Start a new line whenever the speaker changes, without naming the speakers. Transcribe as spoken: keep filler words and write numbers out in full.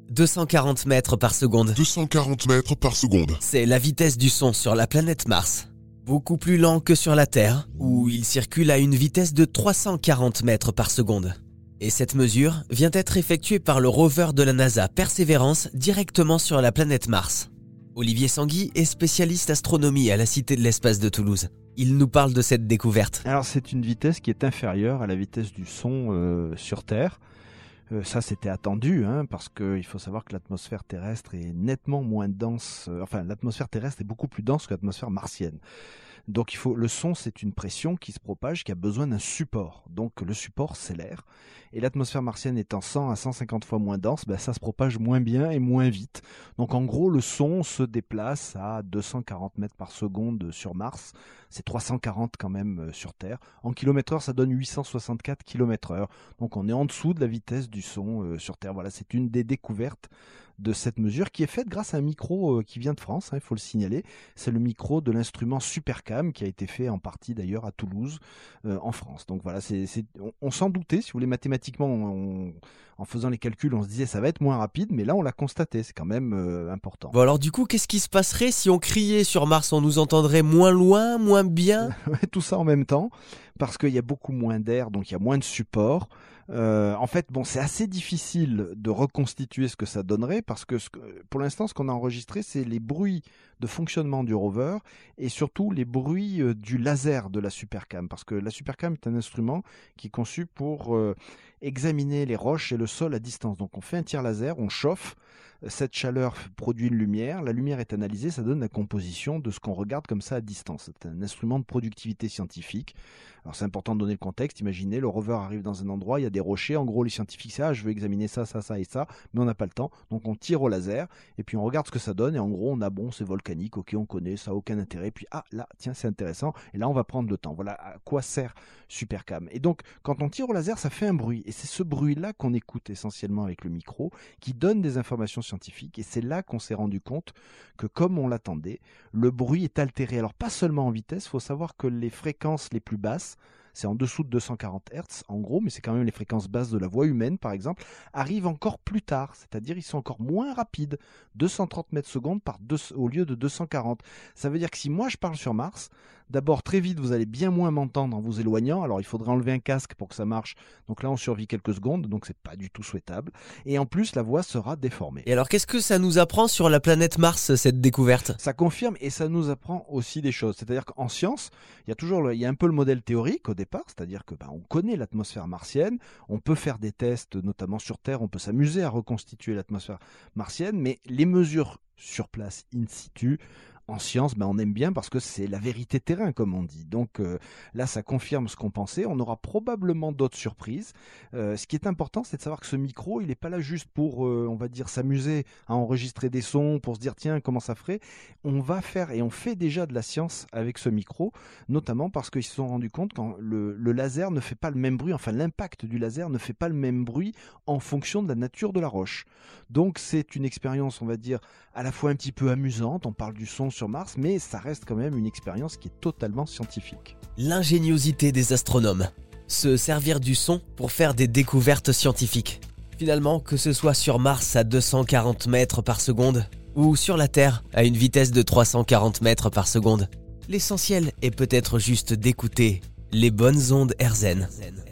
deux cent quarante mètres par seconde.
deux cent quarante mètres par seconde.
C'est la vitesse du son sur la planète Mars. Beaucoup plus lent que sur la Terre, où il circule à une vitesse de trois cent quarante mètres par seconde. Et cette mesure vient d'être effectuée par le rover de la NASA Perseverance directement sur la planète Mars. Olivier Sanguy est spécialiste astronomie à la Cité de l'Espace de Toulouse. Il nous parle de cette découverte.
Alors c'est une vitesse qui est inférieure à la vitesse du son euh, sur Terre. Euh, ça c'était attendu, hein, parce qu'il faut savoir que l'atmosphère terrestre est nettement moins dense, euh, enfin l'atmosphère terrestre est beaucoup plus dense que l'atmosphère martienne. Donc il faut, le son c'est une pression qui se propage, qui a besoin d'un support. Donc le support c'est l'air. Et l'atmosphère martienne étant cent à cent cinquante fois moins dense, ben, ça se propage moins bien et moins vite. Donc en gros le son se déplace à deux cent quarante mètres par seconde sur Mars. C'est trois cent quarante quand même sur Terre. En kilomètres heure ça donne huit cent soixante-quatre kilomètres heure. Donc on est en dessous de la vitesse du son euh, sur Terre. Voilà, c'est une des découvertes de cette mesure qui est faite grâce à un micro euh, qui vient de France, il hein, faut le signaler. C'est le micro de l'instrument Supercam qui a été fait en partie d'ailleurs à Toulouse, euh, en France. Donc voilà, c'est, c'est, on, on s'en doutait, si vous voulez, mathématiquement, on, en faisant les calculs, on se disait ça va être moins rapide, mais là on l'a constaté, c'est quand même euh, important.
Bon alors du coup, qu'est-ce qui se passerait si on criait sur Mars? On nous entendrait moins loin, moins bien?
Tout ça en même temps, parce qu'il y a beaucoup moins d'air, donc il y a moins de support. Euh, en fait, bon, c'est assez difficile de reconstituer ce que ça donnerait parce que ce que, pour l'instant, ce qu'on a enregistré, c'est les bruits de fonctionnement du rover et surtout les bruits euh, du laser de la Supercam. Parce que la Supercam est un instrument qui est conçu pour euh, examiner les roches et le sol à distance. Donc, on fait un tir laser, on chauffe. Cette chaleur produit une lumière, la lumière est analysée, ça donne la composition de ce qu'on regarde comme ça à distance. C'est un instrument de productivité scientifique. Alors c'est important de donner le contexte, imaginez, le rover arrive dans un endroit, il y a des rochers, en gros les scientifiques disent ah je veux examiner ça, ça, ça et ça, mais on n'a pas le temps, donc on tire au laser, et puis on regarde ce que ça donne, et en gros on a bon, c'est volcanique, ok on connaît, ça n'a aucun intérêt, puis ah là, tiens c'est intéressant, et là on va prendre le temps. Voilà à quoi sert Supercam. Et donc quand on tire au laser, ça fait un bruit, et c'est ce bruit-là qu'on écoute essentiellement avec le micro, qui donne des informations scientifiques, et c'est là qu'on s'est rendu compte que comme on l'attendait, le bruit est altéré. Alors pas seulement en vitesse, il faut savoir que les fréquences les plus basses, c'est en dessous de deux cent quarante hertz en gros, mais c'est quand même les fréquences basses de la voix humaine par exemple, arrivent encore plus tard, c'est-à-dire ils sont encore moins rapides, deux cent trente mètres secondes par deux, au lieu de deux cent quarante. Ça veut dire que si moi je parle sur Mars, d'abord très vite vous allez bien moins m'entendre en vous éloignant, alors il faudrait enlever un casque pour que ça marche, donc là on survit quelques secondes, donc c'est pas du tout souhaitable, et en plus la voix sera déformée.
Et alors qu'est-ce que ça nous apprend sur la planète Mars, cette découverte?
Ça confirme et ça nous apprend aussi des choses, c'est-à-dire qu'en science, il y a toujours le, il y a un peu le modèle théorique au départ, c'est-à-dire que ben, on connaît l'atmosphère martienne, on peut faire des tests, notamment sur Terre, on peut s'amuser à reconstituer l'atmosphère martienne, mais les mesures sur place, in situ, en science, ben on aime bien parce que c'est la vérité terrain, comme on dit. Donc euh, là, ça confirme ce qu'on pensait. On aura probablement d'autres surprises. Euh, ce qui est important, c'est de savoir que ce micro, il n'est pas là juste pour, euh, on va dire, s'amuser à enregistrer des sons, pour se dire, tiens, comment ça ferait. On va faire, et on fait déjà de la science avec ce micro, notamment parce qu'ils se sont rendus compte que le, le laser ne fait pas le même bruit, enfin l'impact du laser ne fait pas le même bruit en fonction de la nature de la roche. Donc c'est une expérience, on va dire, à la fois un petit peu amusante. On parle du son sur Mars, mais ça reste quand même une expérience qui est totalement scientifique.
L'ingéniosité des astronomes. Se servir du son pour faire des découvertes scientifiques. Finalement, que ce soit sur Mars à deux cent quarante mètres par seconde ou sur la Terre à une vitesse de trois cent quarante mètres par seconde, l'essentiel est peut-être juste d'écouter les bonnes ondes hertziennes.